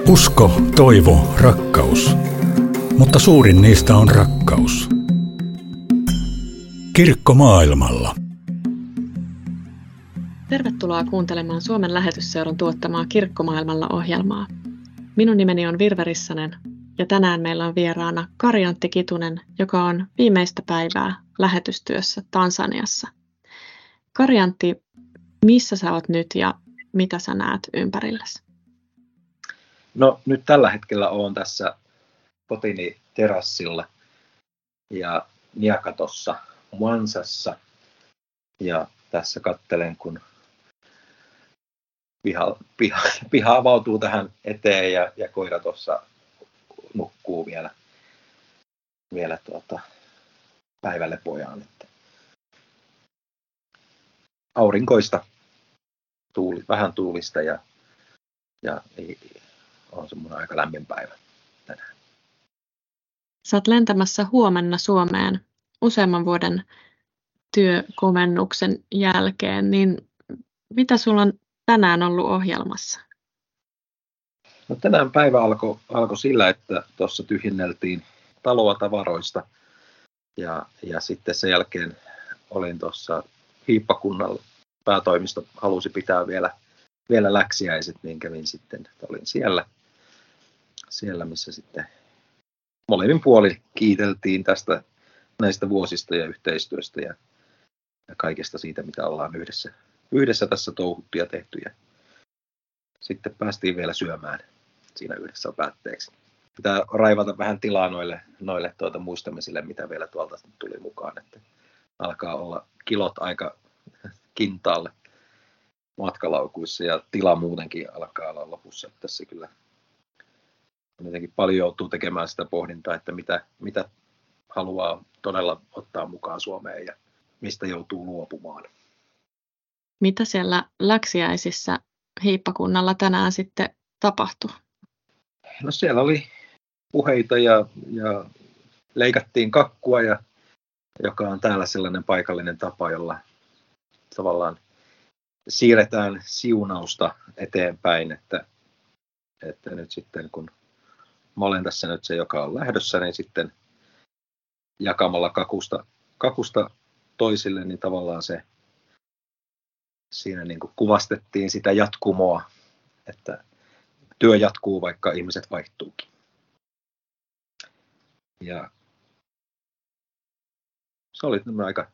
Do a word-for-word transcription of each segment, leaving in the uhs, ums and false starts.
Usko, toivo, rakkaus. Mutta suurin niistä on rakkaus. Kirkko maailmalla. Tervetuloa kuuntelemaan Suomen Lähetysseuran tuottamaa Kirkkomaailmalla ohjelmaa. Minun nimeni on Virve Rissanen ja tänään meillä on vieraana Kari-Antti Kitunen, joka on viimeistä päivää lähetystyössä Tansaniassa. Kari-Antti, missä sä oot nyt ja mitä sä näet ympärilläsi? No nyt tällä hetkellä olen tässä kotini terassilla ja Niakatossa Mwanzassa ja tässä katselen, kun piha, piha, piha avautuu tähän eteen ja, ja koira tuossa nukkuu vielä, vielä tuota, päivälle pojaan. Että aurinkoista, tuuli, vähän tuulista ja, ja on semmoinen aika lämmin päivä tänään. Sä oot lentämässä huomenna Suomeen useamman vuoden työkomennuksen jälkeen, niin mitä sulla on tänään ollut ohjelmassa? No tänään päivä alkoi alko sillä, että tuossa tyhjenneltiin taloa tavaroista ja, ja sitten sen jälkeen olin tuossa hiippakunnalla. Päätoimisto halusi pitää vielä, vielä läksiäiset, niin kävin sitten, olin siellä, siellä missä sitten molemmin puolin kiiteltiin tästä näistä vuosista ja yhteistyöstä ja, ja kaikesta siitä, mitä ollaan yhdessä, yhdessä tässä touhuttu ja tehty. Ja sitten päästiin vielä syömään siinä yhdessä päätteeksi. Pitää raivata vähän tilaa noille, noille tuota muistamisille, mitä vielä tuolta tuli mukaan. Että alkaa olla kilot aika kintaalle matkalaukuissa ja tila muutenkin alkaa olla lopussa. Tässä kyllä jotenkin paljon joutuu tekemään sitä pohdintaa, että mitä, mitä haluaa todella ottaa mukaan Suomeen ja mistä joutuu luopumaan. Mitä siellä läksiäisissä hiippakunnalla tänään sitten tapahtui? No siellä oli puheita ja, ja leikattiin kakkua, ja, joka on täällä sellainen paikallinen tapa, jolla tavallaan siirretään siunausta eteenpäin, että, että nyt sitten kun mä olen tässä nyt se, joka on lähdössä, niin sitten jakamalla kakusta, kakusta toisille, niin tavallaan se siinä niin kuin kuvastettiin sitä jatkumoa, että työ jatkuu, vaikka ihmiset vaihtuukin. Ja se oli aika,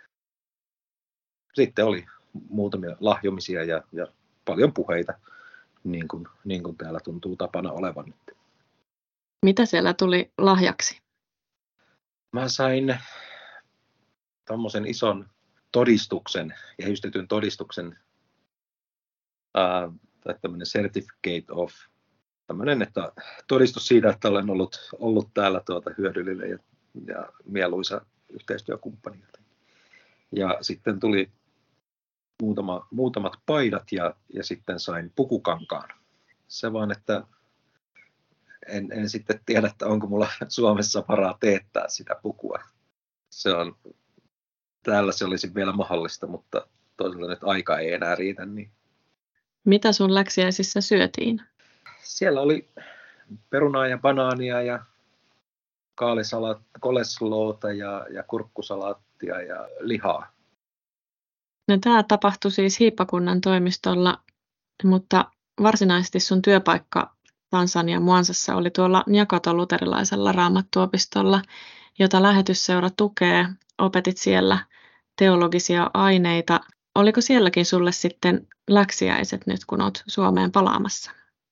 sitten oli muutamia lahjomisia ja, ja paljon puheita, niin kuin, niin kuin täällä tuntuu tapana olevan. Mitä siellä tuli lahjaksi? Mä sain tommosen ison todistuksen, kehystetyn todistuksen, ää, tai tämmöinen certificate of, tämmöinen, että todistus siitä, että olen ollut, ollut täällä tuota hyödyllinen ja, ja mieluisa yhteistyökumppani. Ja sitten tuli muutama, muutamat paidat ja, ja sitten sain pukukankaan. Se vaan, että en, en sitten tiedä, että onko mulla Suomessa varaa teettää sitä pukua. Se on, täällä se olisi vielä mahdollista, mutta toisaalta nyt aika ei enää riitä. Niin. Mitä sun läksiäisissä syötiin? Siellä oli perunaa ja banaania ja kaalisalaat, kolesloota ja, ja kurkkusalaattia ja lihaa. No, tämä tapahtui siis hiippakunnan toimistolla, mutta varsinaisesti sun työpaikka Tansanian Mwanzassa oli tuolla Niakaton luterilaisella raamattuopistolla, jota lähetysseura tukee. Opetit siellä teologisia aineita. Oliko sielläkin sulle sitten läksiäiset nyt, kun olet Suomeen palaamassa?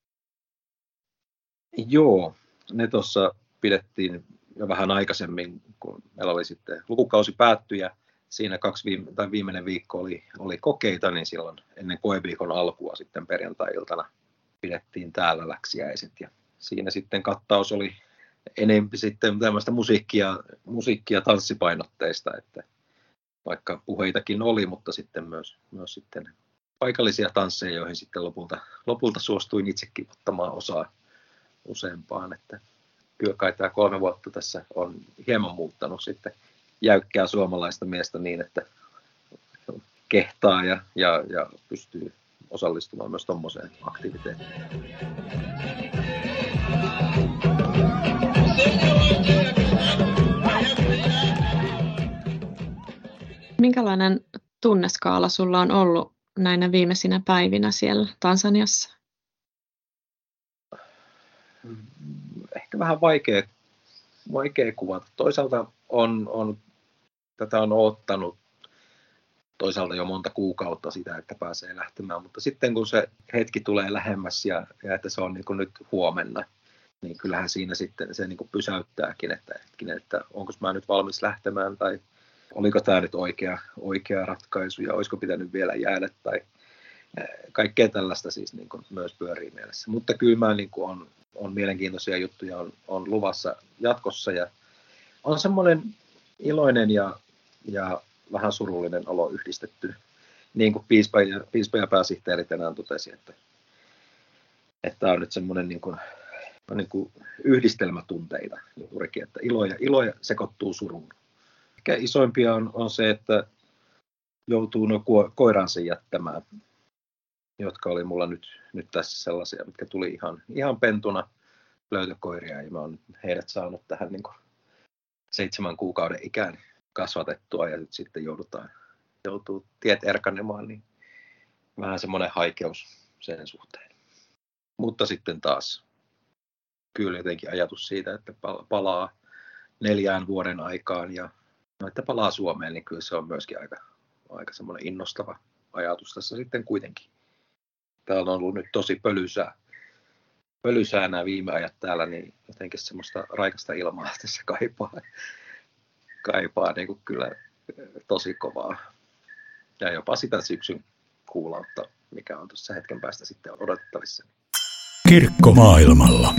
Joo, ne tuossa pidettiin jo vähän aikaisemmin, kun meillä oli sitten lukukausi päättyi ja siinä kaksi viime, tai viimeinen viikko oli, oli kokeita, niin silloin ennen koeviikon alkua sitten perjantai-iltana pidettiin täällä läksiäiset. Ja siinä sitten kattaus oli enempi sitten tämmöistä musiikkia, musiikkia tanssipainotteista, että vaikka puheitakin oli, mutta sitten myös, myös sitten paikallisia tansseja, joihin sitten lopulta, lopulta suostuin itsekin ottamaan osaa useampaan. Että kyllä kai tämä kolme vuotta tässä on hieman muuttanut sitten jäykkää suomalaista miestä niin, että kehtaa ja, ja, ja pystyy osallistumaan myös tuommoiseen aktiviteettiin. Minkälainen tunneskaala sulla on ollut näinä viimeisinä päivinä siellä Tansaniassa? Ehkä vähän vaikea, vaikea kuvata. Toisaalta on, on, tätä on odottanut toisaalta jo monta kuukautta sitä, että pääsee lähtemään, mutta sitten kun se hetki tulee lähemmäs ja, ja että se on niin kuin nyt huomenna, niin kyllähän siinä sitten se niin kuin pysäyttääkin, että, että onko mä nyt valmis lähtemään tai oliko tämä nyt oikea, oikea ratkaisu ja olisiko pitänyt vielä jäädä tai kaikkea tällaista siis niin kuin myös pyörii mielessä. Mutta kyllä mä niin kuin on, on mielenkiintoisia juttuja on, on luvassa jatkossa ja on semmoinen iloinen ja, ja vähän surullinen olo yhdistetty. Niin kuin piispa ja, piispa ja pääsihteeri tänään totesi, että tämä on nyt semmoinen niin kuin, niin kuin yhdistelmätunteita juurikin, että ilo ja, ilo ja sekoittuu suruun. Ehkä isoimpia on, on se, että joutuu no koiransa jättämään, jotka oli mulla nyt, nyt tässä sellaisia, mitkä tuli ihan, ihan pentuna löytökoiria ja mä oon heidät saanut tähän niin kuin seitsemän kuukauden ikään kasvatettua ja nyt sitten joudutaan, joutuu tiet erkanemaan, niin vähän semmoinen haikeus sen suhteen. Mutta sitten taas kyllä jotenkin ajatus siitä, että palaa neljään vuoden aikaan ja no, että palaa Suomeen, niin kyllä se on myöskin aika, aika semmoinen innostava ajatus tässä sitten kuitenkin. Täällä on ollut nyt tosi pölysää, pölysää nämä viime ajat täällä, niin jotenkin semmoista raikasta ilmaa tässä kaipaa. kaipaa niin kuin kyllä tosi kovaa. Ja jopa sitä syksyn kuulautta, mikä on tuossa hetken päästä sitten odotettavissa. Kirkko maailmalla.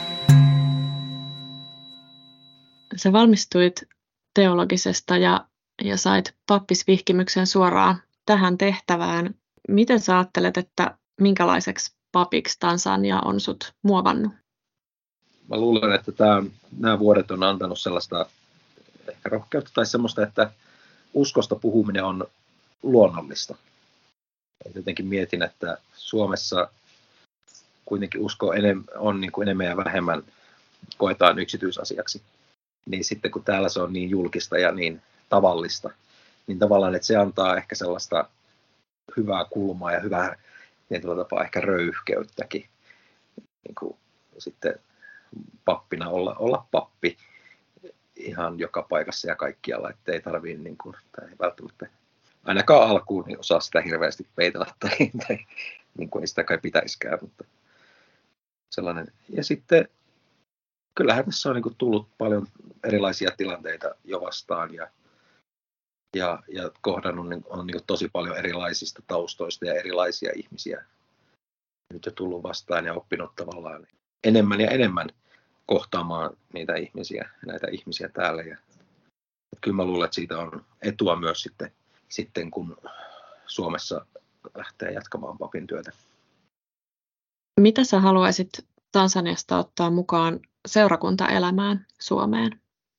Sä valmistuit teologisesta ja, ja sait pappisvihkimyksen suoraan tähän tehtävään. Miten sä ajattelet, että minkälaiseksi papiksi Tansania on sut muovannut? Mä luulen, että tämä, nämä vuodet on antanut sellaista ehkä rohkeutta tai semmoista, että uskosta puhuminen on luonnollista. Et jotenkin mietin, että Suomessa kuitenkin usko on niin kuin enemmän ja vähemmän koetaan yksityisasiaksi. Niin sitten kun täällä se on niin julkista ja niin tavallista, niin tavallaan, että se antaa ehkä sellaista hyvää kulmaa ja hyvää tietyllä tapaa ehkä röyhkeyttäkin. Niin kuin sitten pappina olla, olla pappi ihan joka paikassa ja kaikkialla, että ei tarvitse niin kuin, tai ei välttämättä ainakaan alkuun niin osaa sitä hirveästi peitellä tai, tai niin kuin ei sitä kai pitäisikään, mutta sellainen. Ja sitten kyllähän tässä on niin kuin tullut paljon erilaisia tilanteita jo vastaan ja, ja, ja kohdannut niin, on niin kuin tosi paljon erilaisista taustoista ja erilaisia ihmisiä nyt jo tullut vastaan ja oppinut tavallaan enemmän ja enemmän kohtaamaan niitä ihmisiä, näitä ihmisiä täällä. Ja, kyllä mä luulen, että siitä on etua myös sitten, sitten kun Suomessa lähtee jatkamaan papin työtä. Mitä sä haluaisit Tansaniasta ottaa mukaan seurakuntaelämään Suomeen?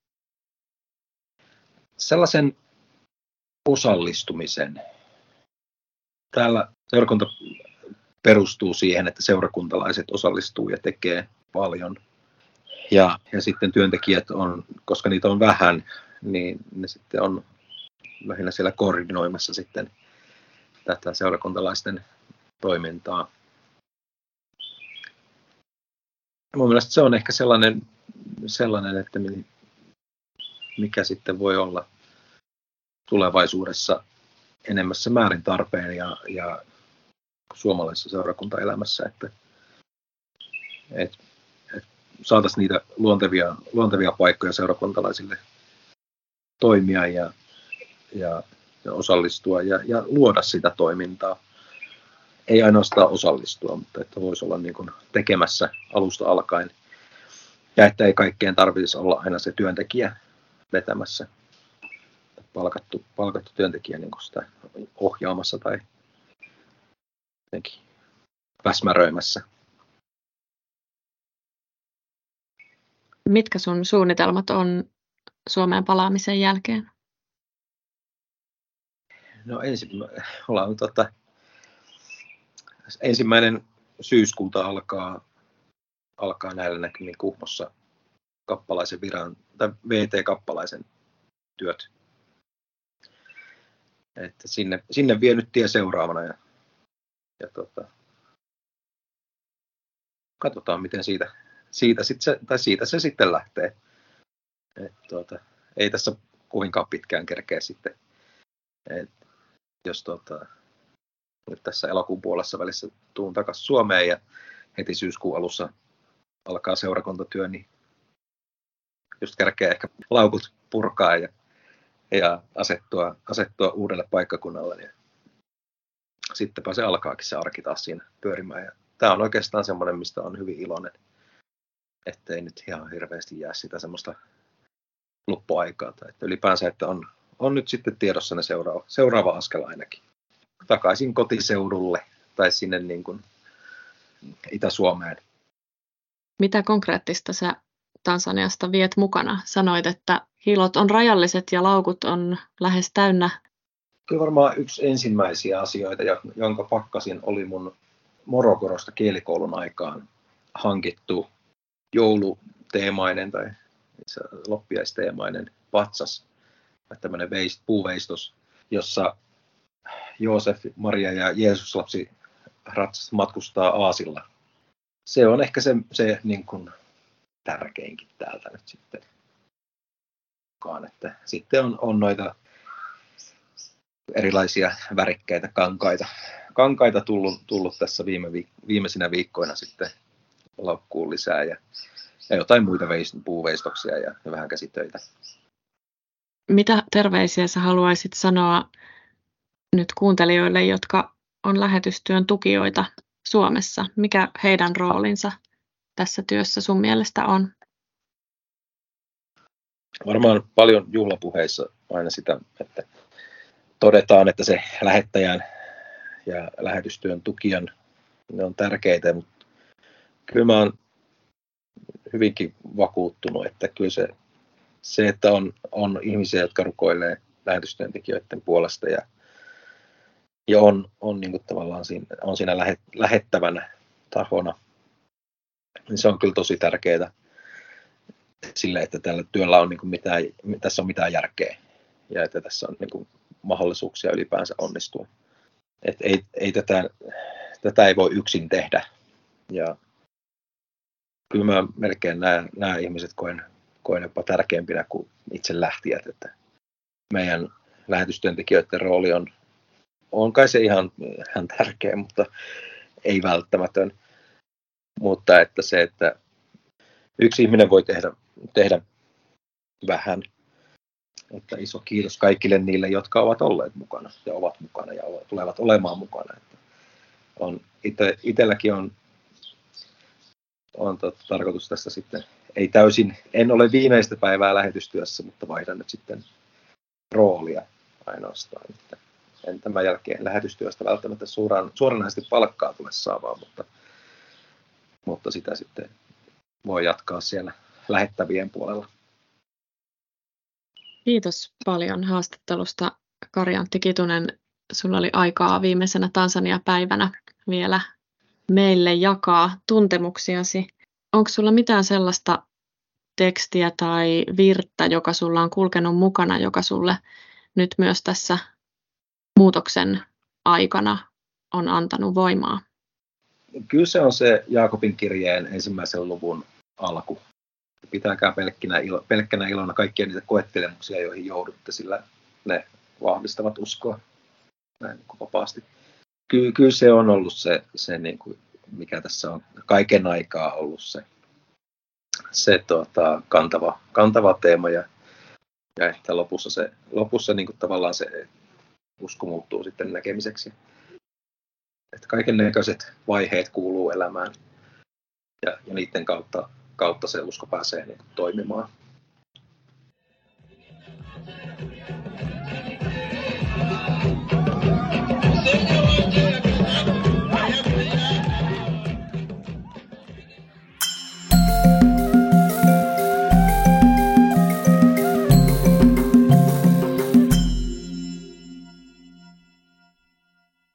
Sellaisen osallistumisen. Täällä seurakunta perustuu siihen, että seurakuntalaiset osallistuu ja tekee paljon. Ja, ja sitten työntekijät on, koska niitä on vähän, niin ne sitten on lähinnä siellä koordinoimassa sitten tätä seurakuntalaisten toimintaa. Mun mielestä se on ehkä sellainen, sellainen, että mikä sitten voi olla tulevaisuudessa enemmässä määrin tarpeen ja, ja suomalaisessa seurakuntaelämässä, että, että, että saataisiin niitä luontevia, luontevia paikkoja seurakuntalaisille toimia ja, ja, ja osallistua ja, ja luoda sitä toimintaa. Ei ainoastaan osallistua, mutta että voisi olla niin kuin tekemässä alusta alkaen. Ja että ei kaikkeen tarvitsisi olla aina se työntekijä vetämässä, palkattu, palkattu työntekijä niin kuin sitä ohjaamassa tai jotenkin väsmäröimässä. Mitkä sun suunnitelmat on Suomeen palaamisen jälkeen? No ensin ollaan tota, ensimmäinen syyskuuta alkaa, alkaa näillä näkymin Kuhmossa kappalaisen viran, tai V T-kappalaisen työt. Että sinne, sinne vie nyt tie seuraavana ja, ja tota, katsotaan miten siitä, siitä, sit se, tai siitä se sitten lähtee. Et tota, ei tässä kovinkaan pitkään kerkeä sitten. Et jos tota, nyt tässä elokuun puolessa välissä tuun takaisin Suomeen ja heti syyskuun alussa alkaa seurakuntatyö, niin just kerkeä ehkä laukut purkaa ja, ja asettua, asettua uudelle paikkakunnalle. Ja sittenpä se alkaakin se arki taas siinä pyörimään. Ja tämä on oikeastaan semmoinen, mistä on hyvin iloinen, ettei nyt ihan hirveästi jää sitä semmoista loppuaikaa. Tai että ylipäänsä, että on, on nyt sitten tiedossa ne seuraava, seuraava askel ainakin. Takaisin kotiseudulle tai sinne niin kuin Itä-Suomeen. Mitä konkreettista sä Tansaniasta viet mukana? Sanoit, että hilot on rajalliset ja laukut on lähes täynnä. Kyllä varmaan yksi ensimmäisiä asioita, jonka pakkasin, oli mun Morogorosta kielikoulun aikaan hankittu jouluteemainen tai loppiaisteemainen patsas, tämmöinen veist, puuveistos, jossa Joosef, Maria ja Jeesus lapsi matkustaa aasilla. Se on ehkä se, se niin kuin tärkeinkin täältä nyt sitten. Että sitten on, on noita erilaisia värikkäitä kankaita, kankaita tullut, tullut tässä viime, viimeisinä viikkoina sitten laukkuun lisää ja, ja jotain muita veist, puuveistoksia ja, ja vähän käsitöitä. Mitä terveisiä sä haluaisit sanoa nyt kuuntelijoille, jotka on lähetystyön tukijoita Suomessa? Mikä heidän roolinsa tässä työssä sun mielestä on? Varmaan paljon juhlapuheissa aina sitä, että todetaan, että se lähettäjän ja lähetystyön tukijan, ne on tärkeitä, mutta kyllä mä oon hyvinkin vakuuttunut, että kyllä se, se että on, on ihmisiä, jotka rukoilee lähetystyöntekijöiden puolesta ja, ja on, on, niin kuin tavallaan siinä, on siinä lähet, lähettävänä tahona, niin se on kyllä tosi tärkeää sille, että tällä työllä on niin kuin mitään, tässä on mitään järkeä ja että tässä on niin kuin mahdollisuuksia ylipäänsä onnistua. Et ei, ei tätä, tätä ei voi yksin tehdä. Ja kyllä mä melkein nämä, nämä ihmiset koen, koen jopa tärkeämpinä kuin itse lähtijät. Että meidän lähetystyöntekijöiden rooli on, on kai se ihan, ihan tärkeä, mutta ei välttämätön. Mutta että se, että yksi ihminen voi tehdä, tehdä vähän. Että iso kiitos kaikille niille, jotka ovat olleet mukana ja ovat mukana ja tulevat olemaan mukana. Että on, ite, itselläkin on, on tot, tarkoitus tässä sitten, ei täysin, en ole viimeistä päivää lähetystyössä, mutta vaihdan nyt sitten roolia ainoastaan. Että en tämän jälkeen lähetystyöstä välttämättä suoraan, suoranaisesti palkkaa tule saamaan, mutta, mutta sitä sitten voi jatkaa siellä lähettävien puolella. Kiitos paljon haastattelusta, Kari-Antti Kitunen. Sulla oli aikaa viimeisenä Tansania-päivänä vielä meille jakaa tuntemuksiasi. Onko sulla mitään sellaista tekstiä tai virttä, joka sulla on kulkenut mukana, joka sulle nyt myös tässä muutoksen aikana on antanut voimaa? Kyllä se on se Jaakobin kirjeen ensimmäisen luvun alku. Pitääkää pelkkänä, ilo, pelkkänä ilona kaikkia niitä koettelemuksia, joihin joudutte, sillä ne vahvistavat uskoa näin niin kuin vapaasti. Ky, kyllä se on ollut se, se niin kuin, mikä tässä on kaiken aikaa ollut se, se tuota, kantava, kantava teema. Ja, ja että lopussa, se, lopussa niin kuin tavallaan se usko muuttuu sitten näkemiseksi. Että kaiken näköiset vaiheet kuuluu elämään ja, ja niiden kautta kautta se usko pääsee niin kuin toimimaan.